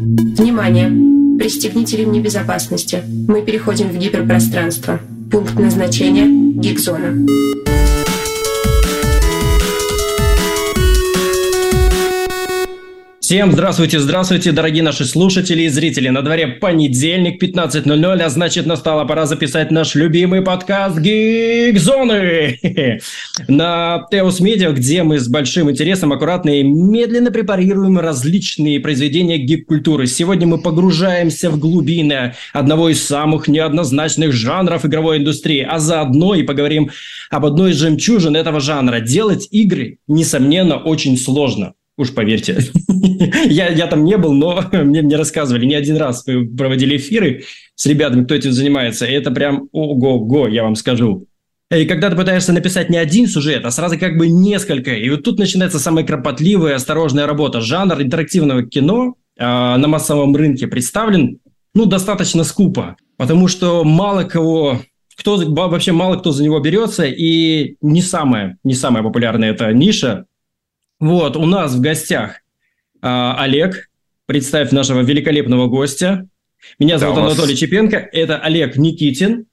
Внимание! Пристегните ремни безопасности. Мы переходим в гиперпространство. Пункт назначения – гиг-зона. Всем здравствуйте, дорогие наши слушатели и зрители. На дворе понедельник, 15:00, а значит, настала пора записать наш любимый подкаст «Гиг-зоны» на Теос Медиа, где мы с большим интересом аккуратно и медленно препарируем различные произведения гик-культуры. Сегодня мы погружаемся в глубины одного из самых неоднозначных жанров игровой индустрии, а заодно и поговорим об одной из жемчужин этого жанра. Делать игры, несомненно, очень сложно. Уж поверьте, я там не был, но мне рассказывали, не один раз мы проводили эфиры с ребятами, кто этим занимается, и это прям ого-го, я вам скажу. И когда ты пытаешься написать не один сюжет, а сразу как бы несколько, и вот тут начинается самая кропотливая, осторожная работа. Жанр интерактивного кино на массовом рынке представлен, достаточно скупо, потому что мало кто за него берется, и не самая популярная эта ниша. Вот, у нас в гостях Олег. Представь нашего великолепного гостя. Меня зовут Анатолий Чепенко. Это Олег Никитин.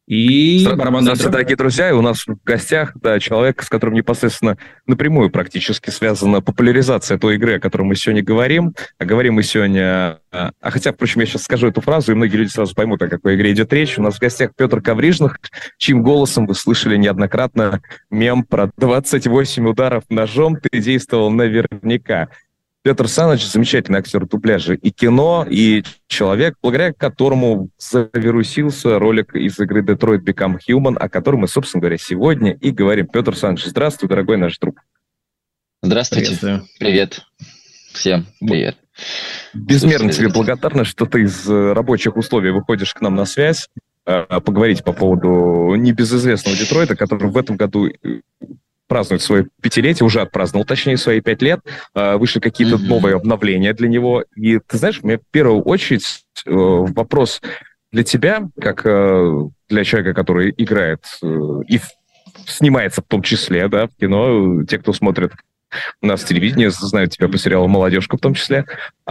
И Здравствуйте, дорогие друзья. И у нас в гостях человек, с которым непосредственно напрямую практически связана популяризация той игры, о которой мы сегодня говорим. А говорим мы сегодня... Хотя, впрочем, я сейчас скажу эту фразу, и многие люди сразу поймут, о какой игре идет речь. У нас в гостях Петр Коврижных, чьим голосом вы слышали неоднократно мем про 28 ударов ножом «Ты действовал наверняка». Петр Саныч – замечательный актер дубляжа и кино, и человек, благодаря которому завирусился ролик из игры Detroit Become Human, о котором мы, собственно говоря, сегодня и говорим. Петр Саныч, здравствуй, дорогой наш друг. Здравствуйте. Привет. Всем привет. Безмерно тебе благодарна, что ты из рабочих условий выходишь к нам на связь, поговорить по поводу небезызвестного Детройта, который в этом году... празднует свое 5-летие, уже отпраздновал, точнее, свои 5 лет. Вышли какие-то новые обновления для него. И ты знаешь, у меня в первую очередь вопрос для тебя, как для человека, который играет и снимается в том числе, в кино. Те, кто смотрит нас в телевидении, знают тебя по сериалу «Молодежка» в том числе.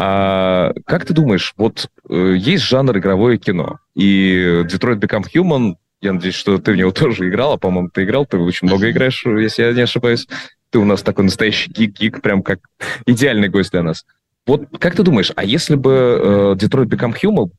Как ты думаешь, есть жанр игровое кино, и Detroit Become Human... Я надеюсь, что ты в него тоже играл, а, по-моему, ты играл, ты очень много играешь, если я не ошибаюсь. Ты у нас такой настоящий гик, прям как идеальный гость для нас. Как ты думаешь, а если бы Detroit Become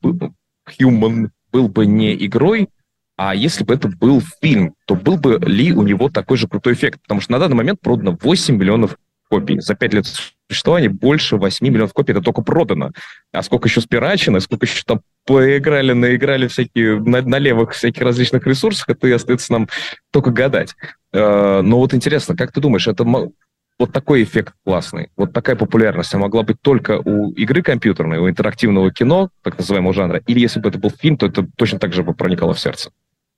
Human был бы не игрой, а если бы это был фильм, то был бы ли у него такой же крутой эффект? Потому что на данный момент продано 8 миллионов копий. За 5 лет существования больше 8 миллионов копий это только продано. А сколько еще спирачено, сколько еще там наиграли всякие на левых всяких различных ресурсах, это и остается нам только гадать. Но интересно, как ты думаешь, это такой эффект классный, такая популярность, могла быть только у игры компьютерной, у интерактивного кино, так называемого жанра, или если бы это был фильм, то это точно так же бы проникало в сердце?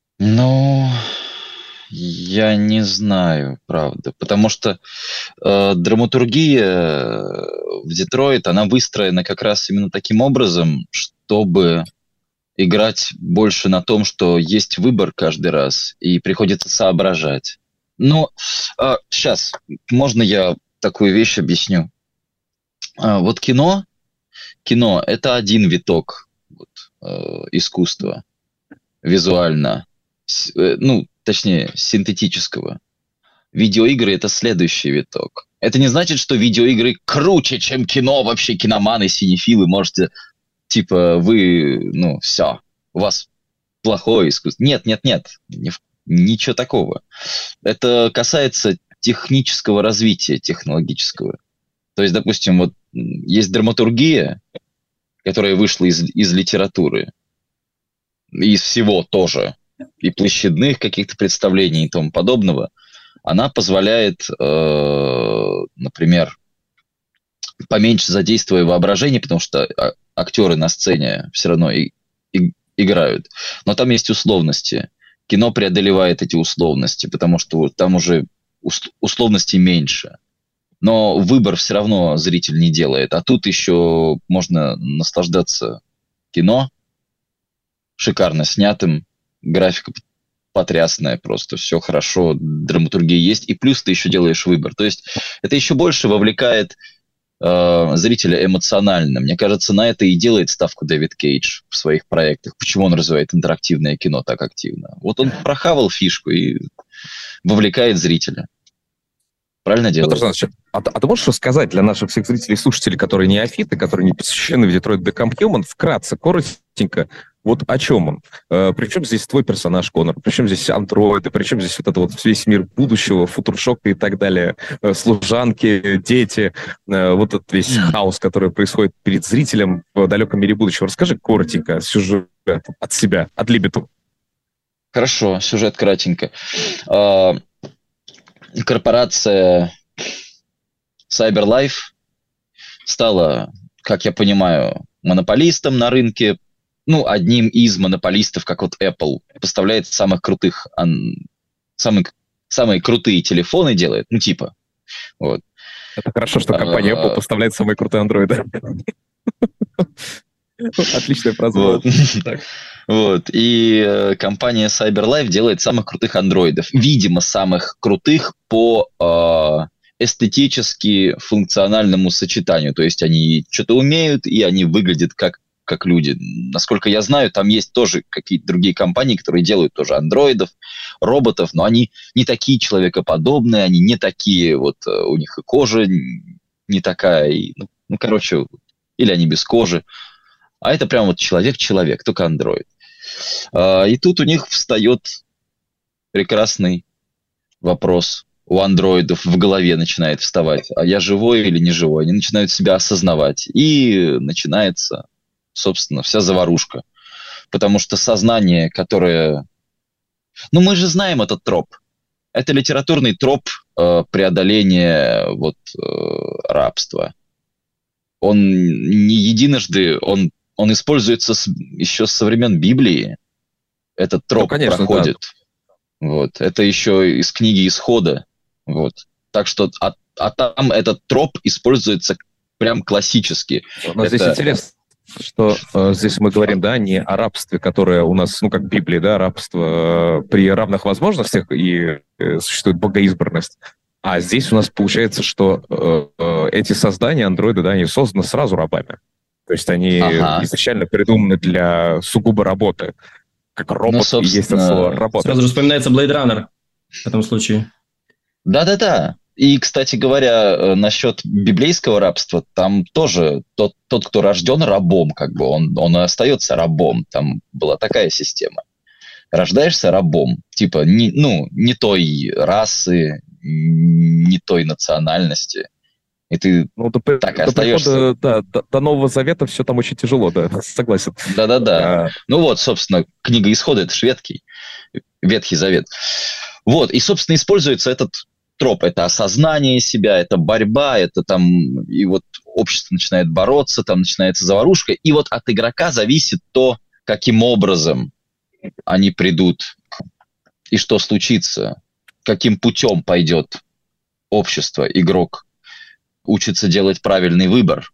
Я не знаю, правда, потому что драматургия в Детройт, она выстроена как раз именно таким образом, чтобы играть больше на том, что есть выбор каждый раз, и приходится соображать. Но сейчас, можно я такую вещь объясню? Кино – это один виток искусства визуально, точнее, синтетического. Видеоигры – это следующий виток. Это не значит, что видеоигры круче, чем кино. Вообще киноманы, синефилы, можете... вы, все, у вас плохое искусство. Нет, ничего такого. Это касается технического развития, технологического. То есть, допустим, есть драматургия, которая вышла из литературы, из всего тоже, и площадных каких-то представлений и тому подобного, она позволяет, например, поменьше задействуя воображение, потому что актеры на сцене все равно играют. Но там есть условности. Кино преодолевает эти условности, потому что там уже условностей меньше. Но выбор все равно зритель не делает. А тут еще можно наслаждаться кино, шикарно снятым, графика потрясная, просто все хорошо, драматургия есть, и плюс ты еще делаешь выбор. То есть это еще больше вовлекает зрителя эмоционально. Мне кажется, на это и делает ставку Дэвид Кейдж в своих проектах. Почему он развивает интерактивное кино так активно? Вот он прохавал фишку и вовлекает зрителя. Правильно делает? Петр Александрович, а ты можешь рассказать для наших всех зрителей и слушателей, которые не афиты, которые не посвящены в Detroit Become Human, вкратце, коротенько, вот о чем он? Причем здесь твой персонаж, Конор? Причем здесь андроиды? Причем здесь вот это вот весь мир будущего, футуршока и так далее? Служанки, дети, вот этот весь хаос, который происходит перед зрителем в далеком мире будущего. Расскажи коротенько сюжет от себя, от либиту. Хорошо, сюжет кратенько. Корпорация CyberLife стала, как я понимаю, монополистом на рынке, ну, одним из монополистов, как вот Apple, поставляет самых крутых, самые крутые телефоны делает, ну, типа, вот. Это хорошо, что компания Apple поставляет самые крутые андроиды. Отличная фраза. Вот. И компания CyberLife делает самых крутых андроидов. Видимо, самых крутых по эстетически функциональному сочетанию. То есть они что-то умеют, и они выглядят как люди. Насколько я знаю, там есть тоже какие-то другие компании, которые делают тоже андроидов, роботов, но они не такие человекоподобные, они не такие, вот у них и кожа не такая, и, ну, короче, или они без кожи. А это прям вот человек-человек, только андроид. И тут у них встает прекрасный вопрос. У андроидов в голове начинает вставать. А я живой или не живой? Они начинают себя осознавать. И начинается, собственно, вся заварушка. Потому что сознание, которое... Ну, мы же знаем этот троп. Это литературный троп преодоления рабства. Он не единожды... Он используется еще с времен Библии. Этот троп проходит. Да. Вот. Это еще из книги Исхода. Вот. Так что там этот троп используется прям классически. Но здесь интересно, что здесь мы говорим, да, не о рабстве, которое у нас, ну, как в Библии, да, рабство при равных возможностях и существует богоизбранность. А здесь у нас получается, что эти создания, андроиды, да, они созданы сразу рабами. То есть они изначально придуманы для сугубо работы. Как робот, ну, есть это слово «работа». Сразу же вспоминается Blade Runner в этом случае. Да-да-да. И, кстати говоря, насчет библейского рабства, там тоже тот, кто рожден рабом, как бы, он и остается рабом. Там была такая система. Рождаешься рабом. Типа, не той расы, не той национальности. И ты так и остаешься. До Нового Завета все там очень тяжело, да, согласен. Да-да-да. Ну вот, собственно, книга Исхода — это ж Ветхий Завет. Вот, и, собственно, используется этот троп. Это осознание себя, это борьба, это там... И вот общество начинает бороться, там начинается заварушка. И вот от игрока зависит то, каким образом они придут и что случится, каким путем пойдет общество, игрок. Учится делать правильный выбор.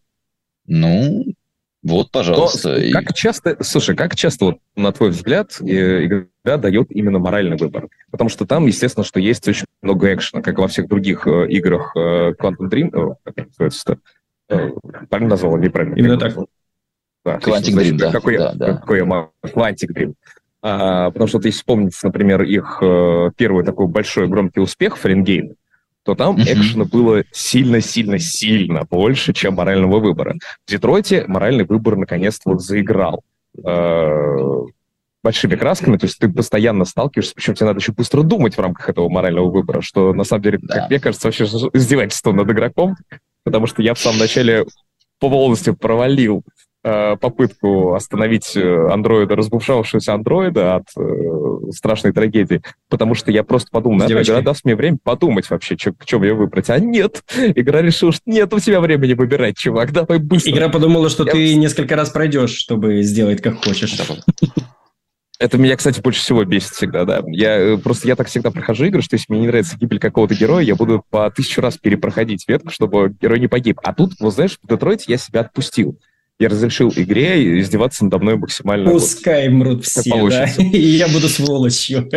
Ну, вот, пожалуйста. Но как часто, вот, на твой взгляд, игра дает именно моральный выбор? Потому что там, естественно, что есть очень много экшена, как и во всех других играх Quantum Dream. Как называется-то? Правильно назвал? Неправильно. Именно так. Да, Quantic Dream, да. Какой я могу? Quantic Dream. Потому что, вот, если вспомнить, например, их первый такой большой громкий успех, Фаренгейт, то там экшена было сильно больше, чем морального выбора. В Детройте моральный выбор наконец-то вот заиграл большими красками, то есть ты постоянно сталкиваешься, причем тебе надо еще быстро думать в рамках этого морального выбора, что на самом деле, как мне кажется, вообще издевательство над игроком, потому что я в самом начале полностью провалил попытку остановить андроида, разбушевавшегося андроида от страшной трагедии, потому что я просто подумал, игра даст мне время подумать вообще, что мне выбрать. А нет, игра решила, что нет у тебя времени выбирать, чувак, давай быстро. Игра подумала, что ты несколько раз пройдешь, чтобы сделать как хочешь. Это меня, кстати, больше всего бесит всегда, да. Я так всегда прохожу игры, что если мне не нравится гибель какого-то героя, я буду по 1000 раз перепроходить ветку, чтобы герой не погиб. А тут, вот знаешь, в Детройте я себя отпустил. Я разрешил игре издеваться надо мной максимально. Пускай мрут все, да? И я буду сволочью.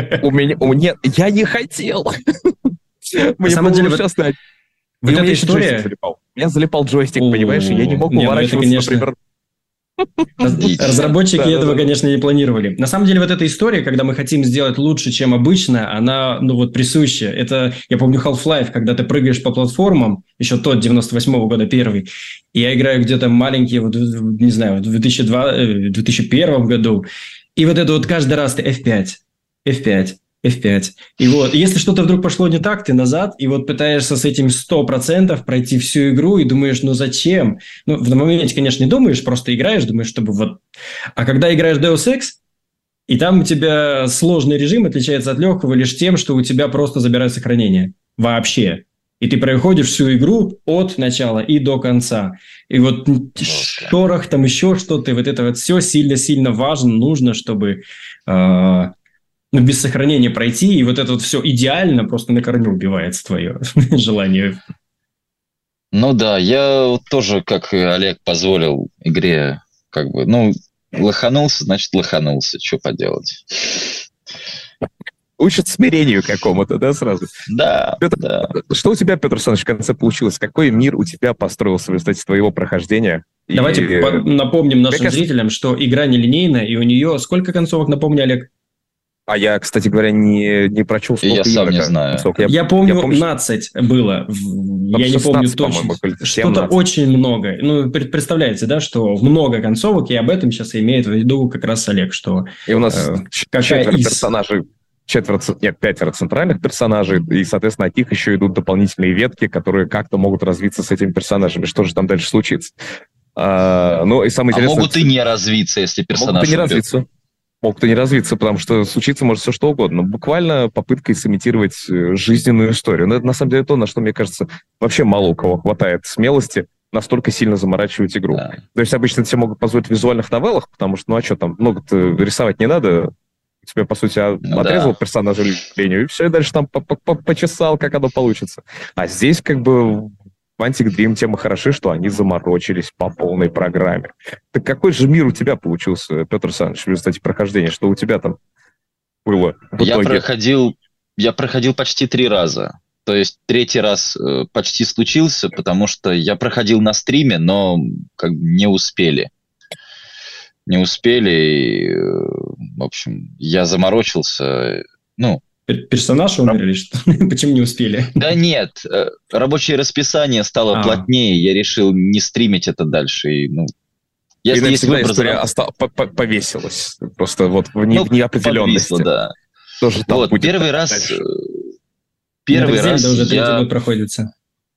Я не хотел. На самом деле, вот эта история... Я залипал джойстик, понимаешь, и я не мог уворачиваться, например... Разработчики этого, конечно, не планировали. На самом деле, вот эта история, когда мы хотим сделать лучше, чем обычно, она, присуща. Это, я помню, Half-Life, когда ты прыгаешь по платформам, еще тот 98-го года первый, и я играю где-то маленький, не знаю, в 2001 году, и вот это вот каждый раз ты F5. И вот, если что-то вдруг пошло не так, ты назад, и вот пытаешься с этим 100% пройти всю игру, и думаешь, зачем? В моменте, конечно, не думаешь, просто играешь, думаешь, чтобы вот... А когда играешь Deus Ex, и там у тебя сложный режим отличается от легкого лишь тем, что у тебя просто забирают сохранение. Вообще. И ты проходишь всю игру от начала и до конца. И вот шорох, там еще что-то, и вот это вот все сильно-сильно важно, нужно, чтобы... без сохранения пройти, и вот это вот все идеально просто на корню убивается твое желание. Ну да, я вот тоже, как и Олег, позволил игре, лоханулся, значит лоханулся, что поделать. Учат смирению какому-то, да, сразу? Да, Петр, да. Что у тебя, Петр Александрович, в конце получилось? Какой мир у тебя построился в результате твоего прохождения? Давайте напомним нашим зрителям, что игра нелинейная, и у нее сколько концовок, напомни, Олег? А я, кстати говоря, не прочел, сколько я сам не знаю. Я помню, 15 было. Я не помню точно. Что-то очень много. Представляете, да, что много концовок, и об этом сейчас имеет в виду как раз Олег, что... И у нас 4 персонажей, 5 центральных персонажей, и, соответственно, от них еще идут дополнительные ветки, которые как-то могут развиться с этими персонажами. Что же там дальше случится? И самое интересное... могут и не развиться, если персонаж... Могут и не развиться, потому что случиться может все что угодно. Буквально попытка сымитировать жизненную историю. Но это, на самом деле, то, на что, мне кажется, вообще мало у кого хватает смелости настолько сильно заморачивать игру. Да. То есть обычно все могут позволить в визуальных новеллах, потому что, что там, много-то рисовать не надо. Тебе, по сути, отрезал персонажа линию, и все, и дальше там почесал, как оно получится. А здесь в Quantic Dream темы хороши, что они заморочились по полной программе. Так какой же мир у тебя получился, Петр Александрович, в результате прохождения? Что у тебя там было в итоге? Я проходил почти 3 раза. То есть 3-й раз почти случился, потому что я проходил на стриме, но не успели. Не успели, и, в общем, я заморочился, Персонаж умер или что? Почему не успели? Да нет, рабочее расписание стало плотнее, я решил не стримить это дальше. И история повесилась, просто вот в неопределенности. Подвисло, да. Тоже там будет первый раз уже 3-й год проходится.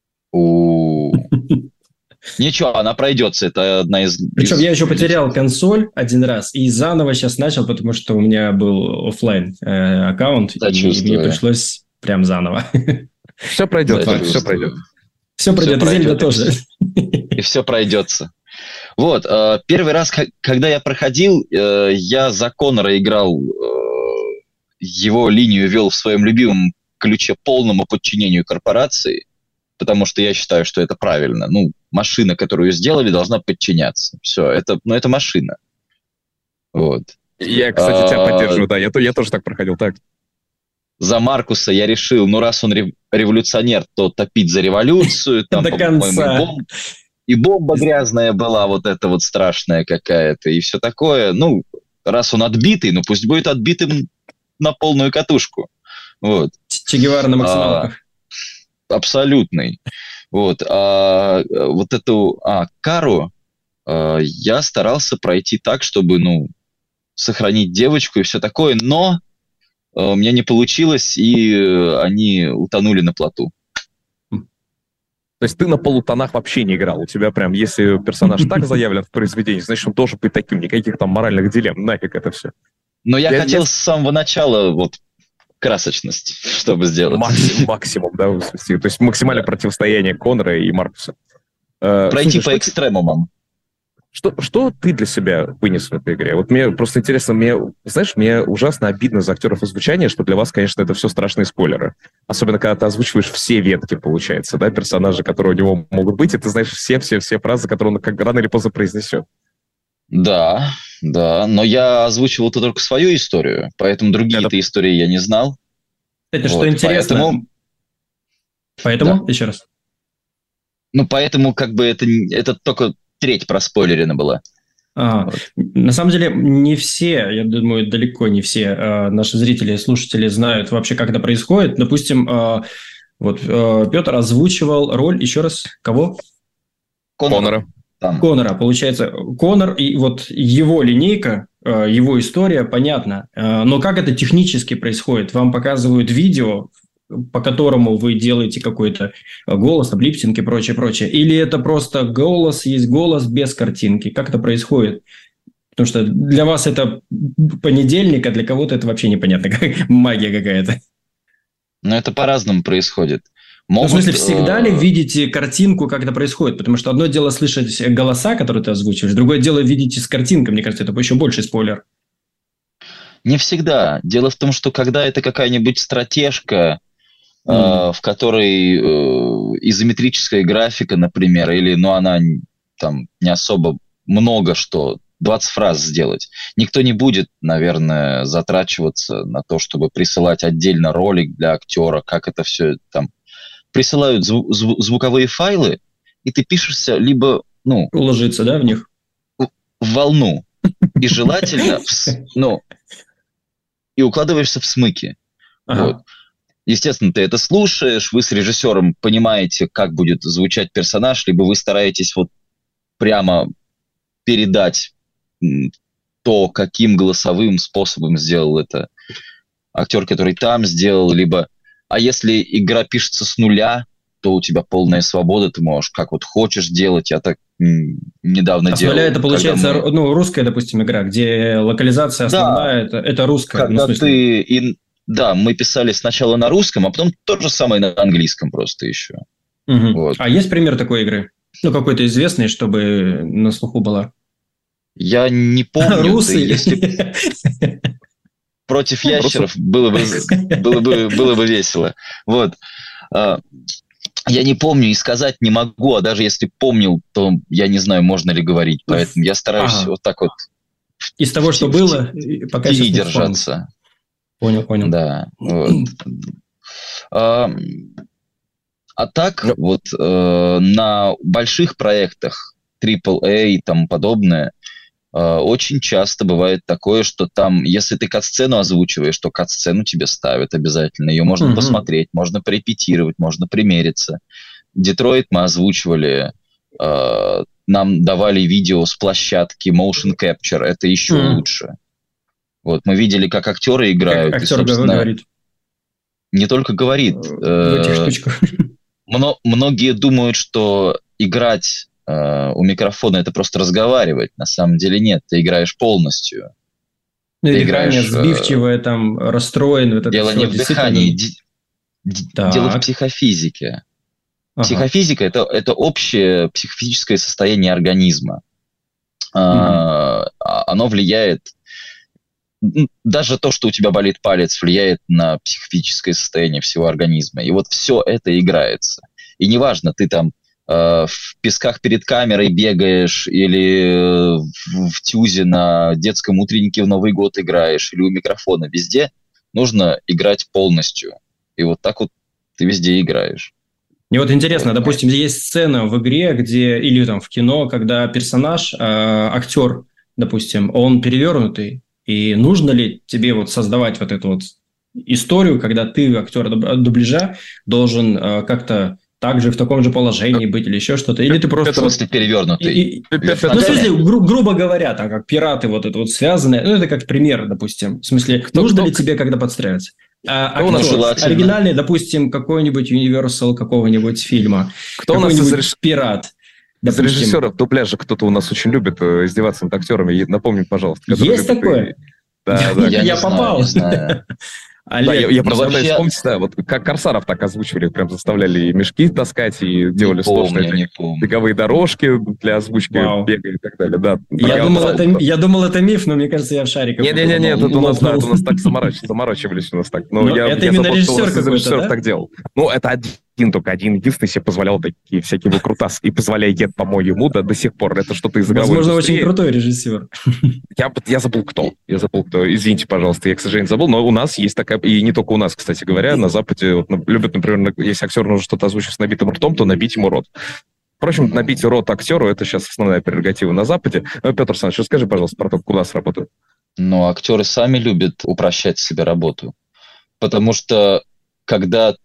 Ничего, она пройдется, это одна из... Причем я еще потерял консоль 1 раз и заново сейчас начал, потому что у меня был офлайн аккаунт, и мне пришлось прям заново. Все пройдет, все пройдет. Все пройдет, и Зельда тоже. И все пройдется. Вот, первый раз, когда я проходил, я за Коннора играл, его линию вел в своем любимом ключе полному подчинению корпорации, потому что я считаю, что это правильно. Машина, которую сделали, должна подчиняться. Все, это машина. Вот. Я, кстати, тебя поддерживаю, да. Я тоже так проходил, так. За Маркуса я решил, раз он революционер, то топить за революцию. Там, до конца. И бомба грязная была, вот эта вот страшная какая-то, и все такое. Раз он отбитый, пусть будет отбитым на полную катушку. Вот. Че Гевара на максималках. Абсолютный. Вот. Вот эту Кару я старался пройти так, чтобы, сохранить девочку и все такое, но у меня не получилось, и они утонули на плоту. То есть ты на полутонах вообще не играл? У тебя прям, если персонаж так заявлен в произведении, значит, он должен быть таким, никаких там моральных дилемм, нафиг это все. Но я хотел с самого начала красочность, чтобы сделать. Максимум, да, в смысле. То есть максимальное противостояние Коннора и Маркуса. Пройти по экстремумам. Что ты для себя вынес в этой игре? Вот мне просто интересно, мне ужасно обидно за актеров озвучания, что для вас, конечно, это все страшные спойлеры. Особенно, когда ты озвучиваешь все ветки, получается, да, персонажи, которые у него могут быть, и ты знаешь все фразы, которые он рано или поздно произнесет. Да, но я озвучивал только свою историю, поэтому другие-то истории я не знал. Кстати, что интересно... Поэтому? Да. Еще раз. Ну, поэтому как бы это только треть проспойлерена была. На самом деле, не все, я думаю, далеко не все наши зрители и слушатели знают вообще, как это происходит. Допустим, вот Петр озвучивал роль, еще раз, кого? Коннора. Коннора, получается, Коннор и вот его линейка, его история, понятно. Но как это технически происходит? Вам показывают видео, по которому вы делаете какой-то голос, липтинг и прочее. Или это просто голос, есть голос без картинки? Как это происходит? Потому что для вас это понедельник, а для кого-то это вообще непонятно, как магия какая-то. Ну, это по-разному происходит. В смысле, всегда ли видите картинку, как это происходит? Потому что одно дело слышать голоса, которые ты озвучиваешь, другое дело видеть с картинкой. Мне кажется, это еще больше спойлер. Не всегда. Дело в том, что когда это какая-нибудь стратежка, в которой изометрическая графика, например, или она там не особо много что, 20 фраз сделать. Никто не будет, наверное, затрачиваться на то, чтобы присылать отдельно ролик для актера, как это все там. Присылают звуковые файлы, и ты пишешься либо, уложиться, да, в них? В волну. И желательно, и укладываешься в смыки. Ага. Вот. Естественно, ты это слушаешь, вы с режиссером понимаете, как будет звучать персонаж, либо вы стараетесь вот прямо передать то, каким голосовым способом сделал это актер, который там сделал, либо... А если игра пишется с нуля, то у тебя полная свобода, ты можешь как вот хочешь делать. Я так недавно делал. С нуля это получается русская, допустим, игра, где локализация основная, это русская. Когда Да, мы писали сначала на русском, а потом то же самое на английском просто еще. Угу. Вот. А есть пример такой игры? Какой-то известный, чтобы на слуху была? Я не помню. Русы? Против ящеров было бы весело. Вот. Я не помню и сказать не могу, а даже если помнил, то я не знаю, можно ли говорить. Поэтому я стараюсь вот так вот... Из того, что было, пока не держаться. Понял. Да. Вот. А так, вот на больших проектах AAA и тому подобное, очень часто бывает такое, что там, если ты кат-сцену озвучиваешь, то кат-сцену тебе ставят обязательно. Ее можно посмотреть, можно порепетировать, можно примериться. Детройт мы озвучивали, нам давали видео с площадки Motion Capture, это еще лучше. Вот, мы видели, как актеры играют. Как актер говорит. Не только говорит. В этих штучках. Многие думают, что играть у микрофона это просто разговаривать. На самом деле нет, ты играешь полностью. Ты дыхание сбивчивое, там, расстроен. Вот дело не в дыхании, дело в психофизике. Психофизика – это общее психофизическое состояние организма. Оно влияет... Даже то, что у тебя болит палец, влияет на психофизическое состояние всего организма. И вот все это играется. И неважно, ты там в песках перед камерой бегаешь, или в тюзе на детском утреннике в Новый год играешь, или у микрофона, везде нужно играть полностью. И вот так вот ты везде играешь. Мне вот интересно, допустим, есть сцена в игре, где, или там в кино, когда персонаж, актер, допустим, он перевернутый, и нужно ли тебе вот создавать вот эту вот историю, когда ты, актер дубляжа, должен как-то также в таком же положении быть или еще что-то? Или ты просто... В смысле перевернутый? В смысле, грубо говоря, там, как пираты вот это вот связанные, это как пример, допустим. В смысле, нужно ли тебе когда подстраиваться? Актер оригинальный, допустим, какой-нибудь Universal какого-нибудь фильма. Кто у нас из пират? Из режиссеров дубляжа кто-то у нас очень любит издеваться над актерами. Напомни, пожалуйста. Есть такое? Да, я попал. Олег, я просто пытаюсь вспомнить, да, вот как Корсаров так озвучивали, прям заставляли и мешки таскать, и делали сложные беговые дорожки для озвучки бега и так далее. Да, я думал, это миф, но мне кажется, я в шаре какой-то. Нет, это у нас так заморачивались у нас так. Это именно режиссер какой-то, да? Так делал. Ну, это единственный себе позволял такие всякие выкрутасы и позволяет, по-моему, до сих пор. Это что-то из игровой Возможно, очень крутой режиссер. Я забыл, кто. Извините, пожалуйста, я, к сожалению, забыл, но у нас есть такая, и не только у нас, кстати говоря, на Западе вот, любят, например, если актер нужно что-то озвучить с набитым ртом, то набить ему рот. Впрочем, набить рот актеру – это сейчас основная прерогатива на Западе. Петр Александрович, расскажи, пожалуйста, про то, куда сработают. Но актеры сами любят упрощать себе работу. Потому что когда,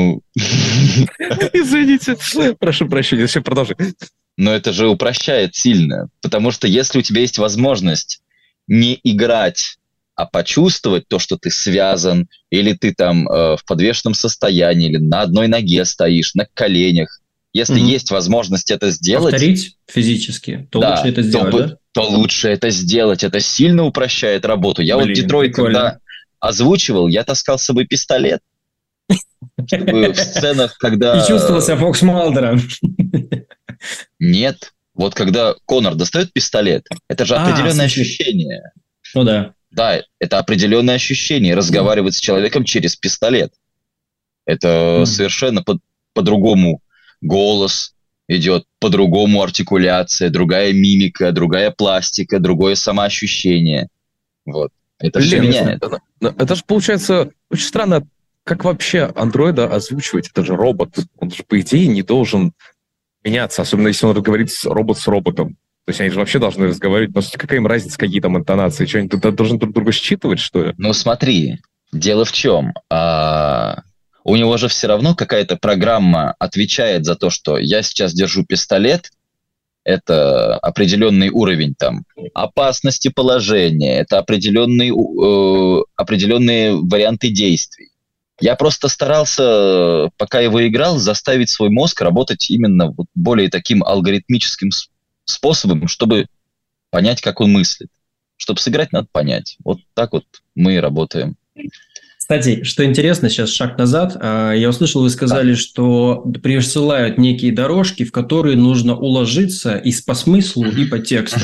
Извините, прошу прощения, все продолжи. Но это же упрощает сильно. Потому что если у тебя есть возможность не играть, а почувствовать то, что ты связан, или ты там в подвешенном состоянии, или на одной ноге стоишь, на коленях, если есть возможность это сделать... Повторить физически, то лучше это сделать, да? То лучше это сделать. Это сильно упрощает работу. Я вот Детройт, когда озвучивал, я таскал с собой пистолет. Чтобы в сценах, когда... И чувствовал себя Фокс Малдером. Нет. Вот когда Коннор достает пистолет, это же определенное ощущение. Ну да. Да, это определенное ощущение, разговаривать с человеком через пистолет. Это совершенно по-другому голос идет, по-другому артикуляция, другая мимика, другая пластика, другое самоощущение. Вот. Это все меняет. Это же получается очень странно, как вообще андроида озвучивать? Это же робот. Он же, по идее, не должен меняться, особенно если он говорит робот с роботом. То есть они же вообще должны разговаривать. Но какая им разница, какие там интонации? Что, они должны друг друга считывать, что ли? Ну, смотри, дело в чем? У него же все равно какая-то программа отвечает за то, что я сейчас держу пистолет, это определенный уровень там опасности положения, это определенные варианты действий. Я просто старался, пока его играл, заставить свой мозг работать именно вот более таким алгоритмическим способом, чтобы понять, как он мыслит. Чтобы сыграть, надо понять. Вот так вот мы и работаем. Кстати, что интересно, сейчас шаг назад. Я услышал, вы сказали, что присылают некие дорожки, в которые нужно уложиться и по смыслу, и по тексту.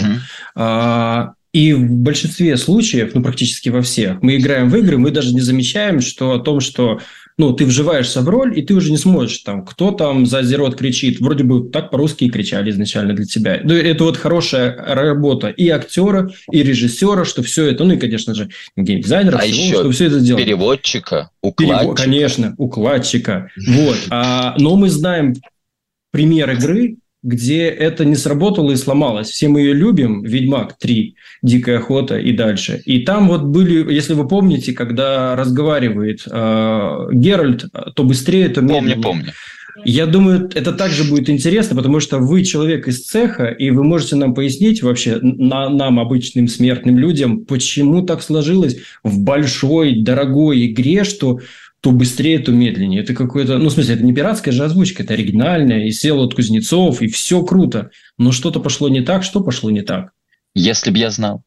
И в большинстве случаев, практически во всех, мы играем в игры, мы даже не замечаем, что о том, что ты вживаешься в роль, и ты уже не сможешь, кто там за Азерот кричит. Вроде бы так по-русски и кричали изначально для тебя. Это вот хорошая работа и актера, и режиссера, что все это, и, конечно же, геймдизайнера, что все это сделано. Переводчика, укладчика. Конечно, укладчика. Вот. Но мы знаем пример игры, где это не сработало и сломалось. Все мы ее любим. «Ведьмак 3», «Дикая охота» и дальше. И там вот были, если вы помните, когда разговаривает Геральт, то быстрее, то медленнее. Помню. Я думаю, это также будет интересно, потому что вы человек из цеха, и вы можете нам пояснить вообще, нам, обычным смертным людям, почему так сложилось в большой, дорогой игре, что то быстрее, то медленнее. Это какое-то... в смысле, это не пиратская же озвучка, это оригинальная, и Всеволод Кузнецов, и все круто. Но что-то пошло не так. Что пошло не так? Если бы я знал.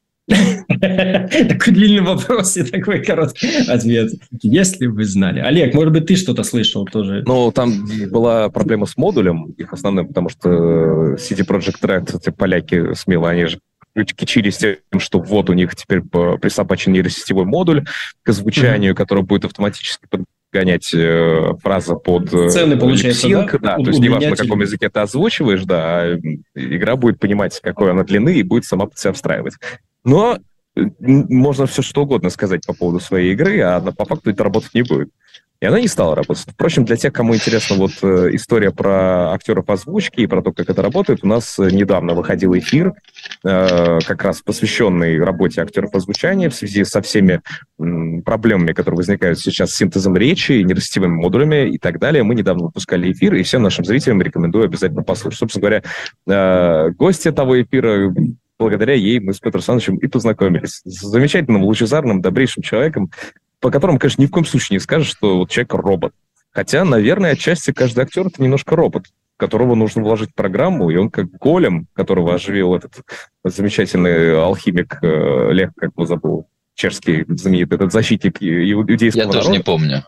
Такой длинный вопрос и такой короткий ответ. Если бы вы знали. Олег, может быть, ты что-то слышал тоже? Там была проблема с модулем, их основным, потому что CD Projekt Red, эти поляки смело, они же кичились тем, что вот у них теперь присобачен нейросетевой модуль к озвучанию, который будет автоматически подгонять фразы под сцены, получается, липсинг. Да, то есть неважно, на каком языке ты озвучиваешь, да, игра будет понимать, какой она длины, и будет сама под себя встраивать. Но можно все что угодно сказать по поводу своей игры, а по факту это работать не будет. И она не стала работать. Впрочем, для тех, кому интересна история про актеров озвучки и про то, как это работает, у нас недавно выходил эфир, как раз посвященный работе актеров озвучания в связи со всеми проблемами, которые возникают сейчас с синтезом речи, нейросетевыми модулями и так далее. Мы недавно выпускали эфир, и всем нашим зрителям рекомендую обязательно послушать. Собственно говоря, гости того эфира, благодаря ей мы с Петром Александровичем и познакомились. С замечательным, лучезарным, добрейшим человеком, по которому, конечно, ни в коем случае не скажешь, что человек робот. Хотя, наверное, отчасти каждый актер — это немножко робот, которого нужно вложить в программу, и он как голем, которого оживил этот замечательный алхимик, Лех, как его забыл, чешский знаменитый, этот защитник иудейского народа. Я тоже не помню.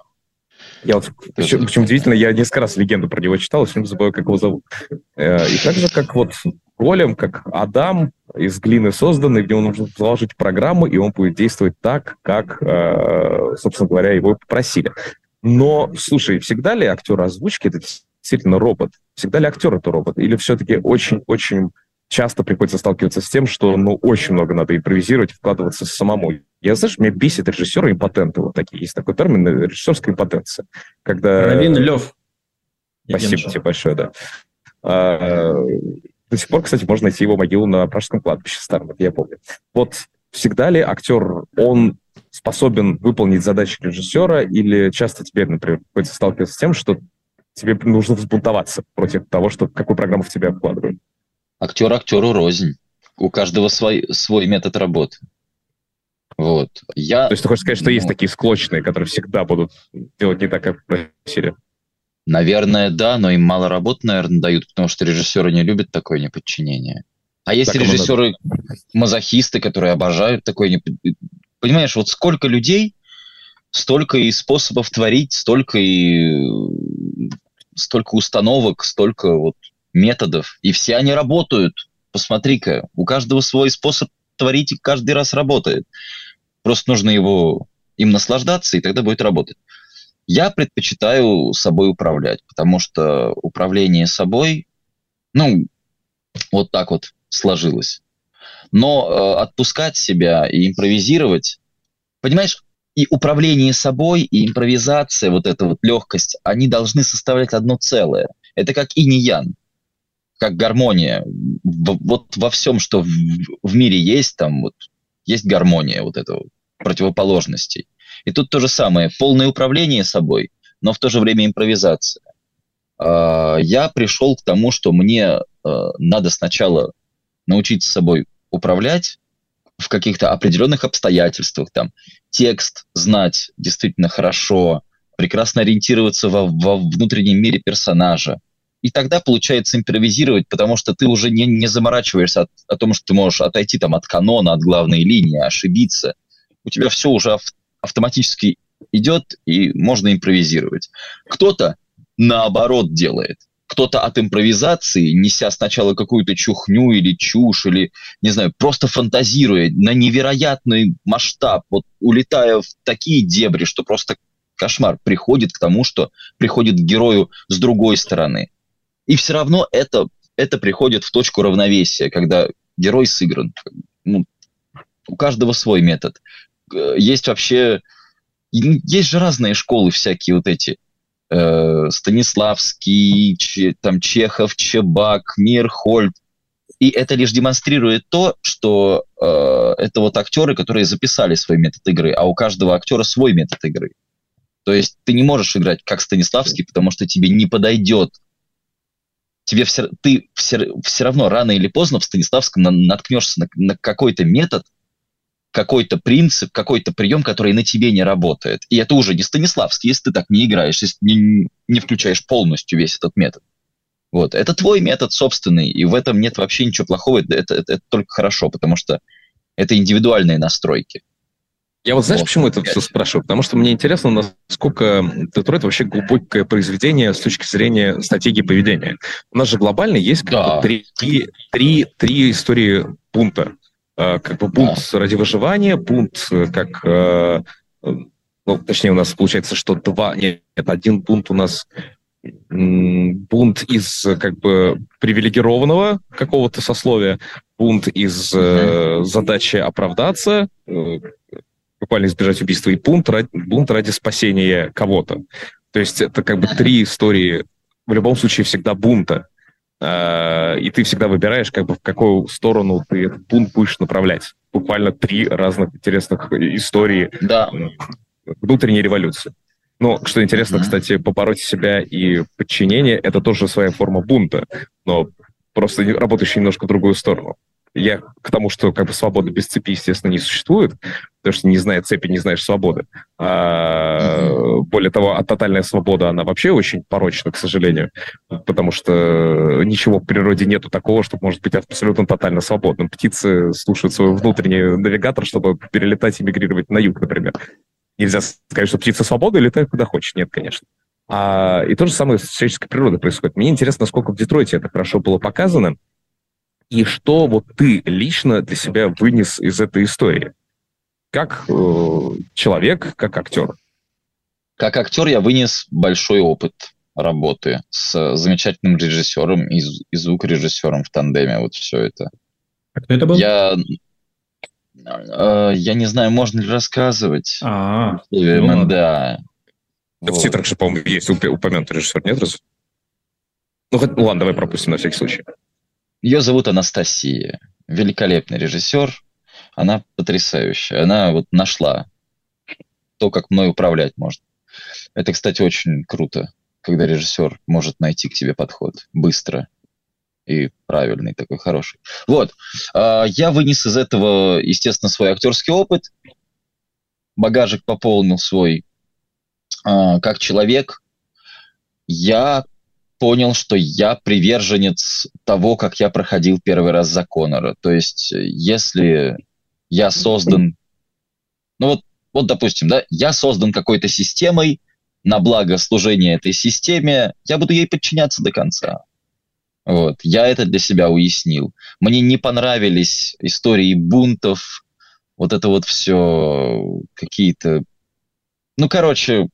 Причем удивительно, я несколько раз легенду про него читал, и все время забываю, как его зовут. И так же, как голем, как Адам, из глины созданный, где он нужно заложить программу, и он будет действовать так, как, собственно говоря, его попросили. Но, слушай, всегда ли актер озвучки — это действительно робот? Всегда ли актер — это робот? Или все-таки очень-очень часто приходится сталкиваться с тем, что, очень много надо импровизировать, вкладываться самому? Знаешь, меня бесит режиссеры импотенты вот такие. Есть такой термин — режиссерская импотенция. Когда... Равин Лев. Спасибо тебе большое, да. До сих пор, кстати, можно найти его могилу на Пражском кладбище старом, я помню. Вот всегда ли актер, он способен выполнить задачи режиссера, или часто тебе, например, приходится сталкиваться с тем, что тебе нужно взбунтоваться против того, что какую программу в тебя вкладывают? Актер актеру рознь. У каждого свой метод работы. Вот. То есть ты хочешь сказать, что есть такие склочные, которые всегда будут делать не так, как просили? Наверное, да, но им мало работы, наверное, дают, потому что режиссеры не любят такое неподчинение. А есть режиссеры-мазохисты, которые обожают такое неподчинение. Понимаешь, вот сколько людей, столько и способов творить, столько установок, столько вот методов, и все они работают. Посмотри-ка, у каждого свой способ творить, и каждый раз работает. Просто нужно им наслаждаться, и тогда будет работать. Я предпочитаю собой управлять, потому что управление собой, вот так вот сложилось. Но отпускать себя и импровизировать, понимаешь, и управление собой, и импровизация, вот эта вот легкость, они должны составлять одно целое. Это как инь и ян, как гармония. Вот во всем, что в мире есть, там вот есть гармония вот этого противоположностей. И тут то же самое. Полное управление собой, но в то же время импровизация. Я пришел к тому, что мне надо сначала научиться собой управлять в каких-то определенных обстоятельствах. Там, текст знать действительно хорошо, прекрасно ориентироваться во внутреннем мире персонажа. И тогда получается импровизировать, потому что ты уже не заморачиваешься о том, что ты можешь отойти там, от канона, от главной линии, ошибиться. У тебя все уже автоматически идет, и можно импровизировать. Кто-то наоборот делает. Кто-то от импровизации, неся сначала какую-то чухню или чушь, или, не знаю, просто фантазируя на невероятный масштаб, вот улетая в такие дебри, что просто кошмар, приходит к тому, что приходит к герою с другой стороны. И все равно это приходит в точку равновесия, когда герой сыгран. У каждого свой метод. Есть же разные школы всякие вот эти. Станиславский, там Чехов, Чебак, Мирхольд. И это лишь демонстрирует то, что это вот актеры, которые записали свой метод игры, а у каждого актера свой метод игры. То есть ты не можешь играть как Станиславский, потому что тебе не подойдет. Ты все равно рано или поздно в Станиславском наткнешься на какой-то метод, какой-то принцип, какой-то прием, который на тебе не работает. И это уже не Станиславский, если ты так не играешь, если не включаешь полностью весь этот метод. Вот. Это твой метод собственный, и в этом нет вообще ничего плохого, это только хорошо, потому что это индивидуальные настройки. Я вот знаешь, почему это все спрашиваю? Потому что мне интересно, насколько Детройт вообще глубокое произведение с точки зрения стратегии поведения. У нас же глобально есть три истории бунта. Как бы бунт ради выживания, бунт как... точнее, у нас получается, что один бунт у нас бунт из как бы привилегированного какого-то сословия, бунт из задачи оправдаться, буквально избежать убийства, и бунт ради спасения кого-то. То есть это как бы три истории, в любом случае всегда бунта. И ты всегда выбираешь, как бы в какую сторону ты этот бунт будешь направлять. Буквально три разных интересных истории внутренней революции. Но, что интересно, кстати, побороть себя и подчинение — это тоже своя форма бунта, но просто работающая немножко в другую сторону. Я к тому, что как бы свобода без цепи, естественно, не существует, потому что не зная цепи, не знаешь свободы. Более того, тотальная свобода, она вообще очень порочна, к сожалению, потому что ничего в природе нету такого, что может быть абсолютно тотально свободным. Птицы слушают свой внутренний навигатор, чтобы перелетать и мигрировать на юг, например. Нельзя сказать, что птица свобода летает куда хочет. Нет, конечно. И то же самое с человеческой природой происходит. Мне интересно, насколько в Детройте это хорошо было показано, и что вот ты лично для себя вынес из этой истории? Как человек, как актер? Как актер я вынес большой опыт работы с замечательным режиссером и звукорежиссером в тандеме. Вот все это. А кто это был? Я не знаю, можно ли рассказывать. Да. В титрах же, по-моему, есть упомянутый режиссер, нет, разве? Ну, ладно, давай пропустим на всякий случай. Ее зовут Анастасия. Великолепный режиссер. Она потрясающая. Она вот нашла то, как мной управлять можно. Это, кстати, очень круто, когда режиссер может найти к тебе подход быстро и правильный, такой хороший. Вот. Я вынес из этого, естественно, свой актерский опыт. Багажик пополнил свой. Как человек я понял, что я приверженец того, как я проходил первый раз за Коннора. То есть, если я создан... Ну вот, допустим, да, я создан какой-то системой, на благо служения этой системе, я буду ей подчиняться до конца. Вот. Я это для себя уяснил. Мне не понравились истории бунтов, вот это вот все какие-то... Ну, короче,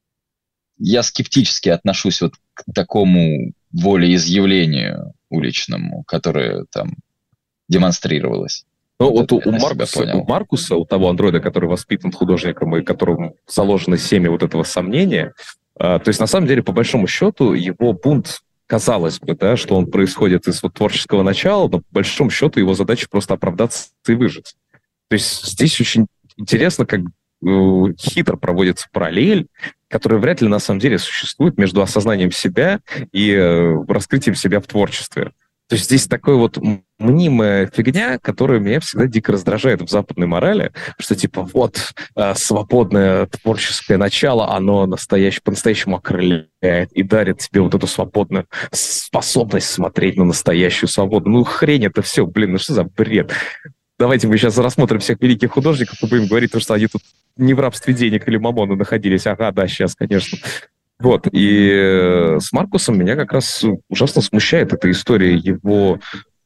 я скептически отношусь вот к такому волеизъявлению уличному, которое там демонстрировалось. Ну, вот у Маркуса, у того андроида, который воспитан художником и которому заложено семя вот этого сомнения, то есть, на самом деле, по большому счету, его бунт, казалось бы, да, что он происходит из вот творческого начала, но по большому счету его задача просто оправдаться и выжить. То есть здесь очень интересно, как хитро проводится параллель, которая вряд ли на самом деле существует между осознанием себя и раскрытием себя в творчестве. То есть здесь такой вот мнимая фигня, которая меня всегда дико раздражает в западной морали, что типа вот свободное творческое начало, оно по-настоящему окрыляет и дарит тебе вот эту свободную способность смотреть на настоящую свободу. Ну хрень это все, блин, ну что за бред? Давайте мы сейчас рассмотрим всех великих художников и будем говорить, что они тут не в рабстве денег или мамона находились. Ага, да, сейчас, конечно. Вот, и с Маркусом меня как раз ужасно смущает эта история его...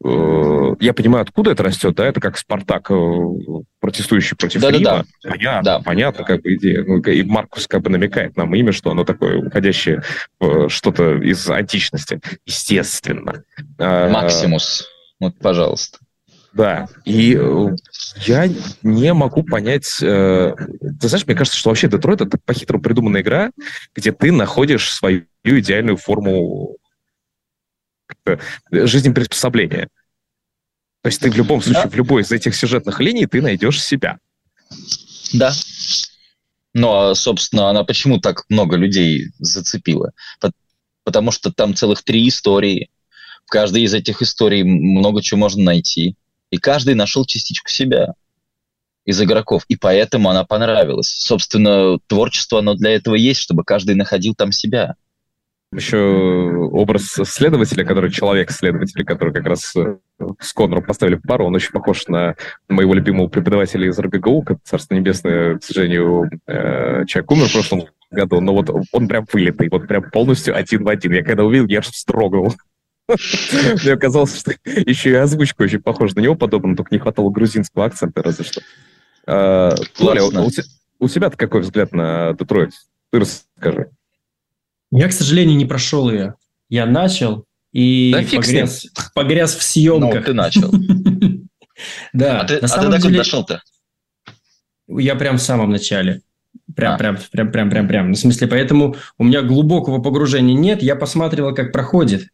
Я понимаю, откуда это растет, да, это как Спартак, протестующий против Рима. Понятно, как бы идея. Ну, и Маркус как бы намекает нам имя, что оно такое уходящее в что-то из античности, естественно. Максимус, вот, пожалуйста. Да, и я не могу понять... Ты знаешь, мне кажется, что вообще Детройт — это по-хитрому придуманная игра, где ты находишь свою идеальную форму жизнеприспособления. То есть ты в любом случае, в любой из этих сюжетных линий ты найдешь себя. Да. Ну, а, собственно, она почему так много людей зацепила? Потому что там целых 3 истории. В каждой из этих историй много чего можно найти. И каждый нашел частичку себя из игроков. И поэтому она понравилась. Собственно, творчество, оно для этого есть, чтобы каждый находил там себя. Еще образ следователя, человек-следователь, который как раз с Коннором поставили в пару, он очень похож на моего любимого преподавателя из РГГУ, царство небесное, к сожалению, человек умер в прошлом году, но вот он прям вылитый, вот прям полностью один в один. Я когда увидел, я аж вздрогнул. Мне оказалось, что еще и озвучка очень похожа на него подобно, только не хватало грузинского акцента, разве что. Валя, у тебя-то какой взгляд на Детройт? Ты расскажи. Я, к сожалению, не прошел ее. Я начал и погряз в съемках. Ну, ты начал. Да. А ты докуда дошел-то? Я прям в самом начале. Прям. В смысле, поэтому у меня глубокого погружения нет. Я посмотрел, как проходит.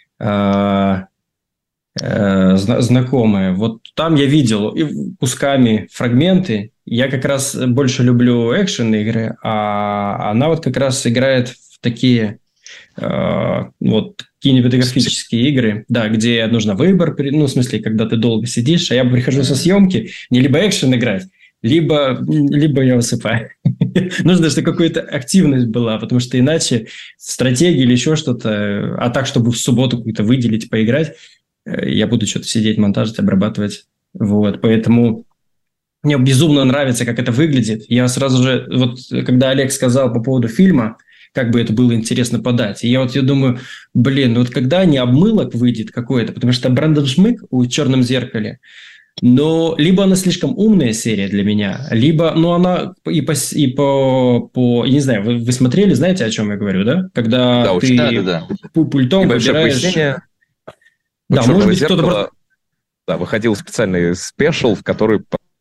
Знакомые. Вот там я видел кусками фрагменты. Я как раз больше люблю экшен-игры, а она вот как раз играет в такие вот кинематографические игры, да, где нужно выбор, ну, в смысле, когда ты долго сидишь, а я прихожу со съемки, мне либо экшен играть, либо я высыпаю. Нужно, чтобы какая-то активность была, потому что иначе стратегия или еще что-то, а так, чтобы в субботу какую-то выделить, поиграть, я буду что-то сидеть, монтажить, обрабатывать. Вот, поэтому мне безумно нравится, как это выглядит. Я сразу же, вот когда Олег сказал по поводу фильма, как бы это было интересно подать, и я думаю, блин, ну вот когда не обмылок выйдет какой-то, потому что Брэндон Шмык в «Черном зеркале», но либо она слишком умная серия для меня, либо, ну, она я не знаю, вы смотрели, знаете, о чем я говорю, да? Когда да, ты пультом выбираешь... Да, может быть, кто-то... Да, выходил специальный спешл, в который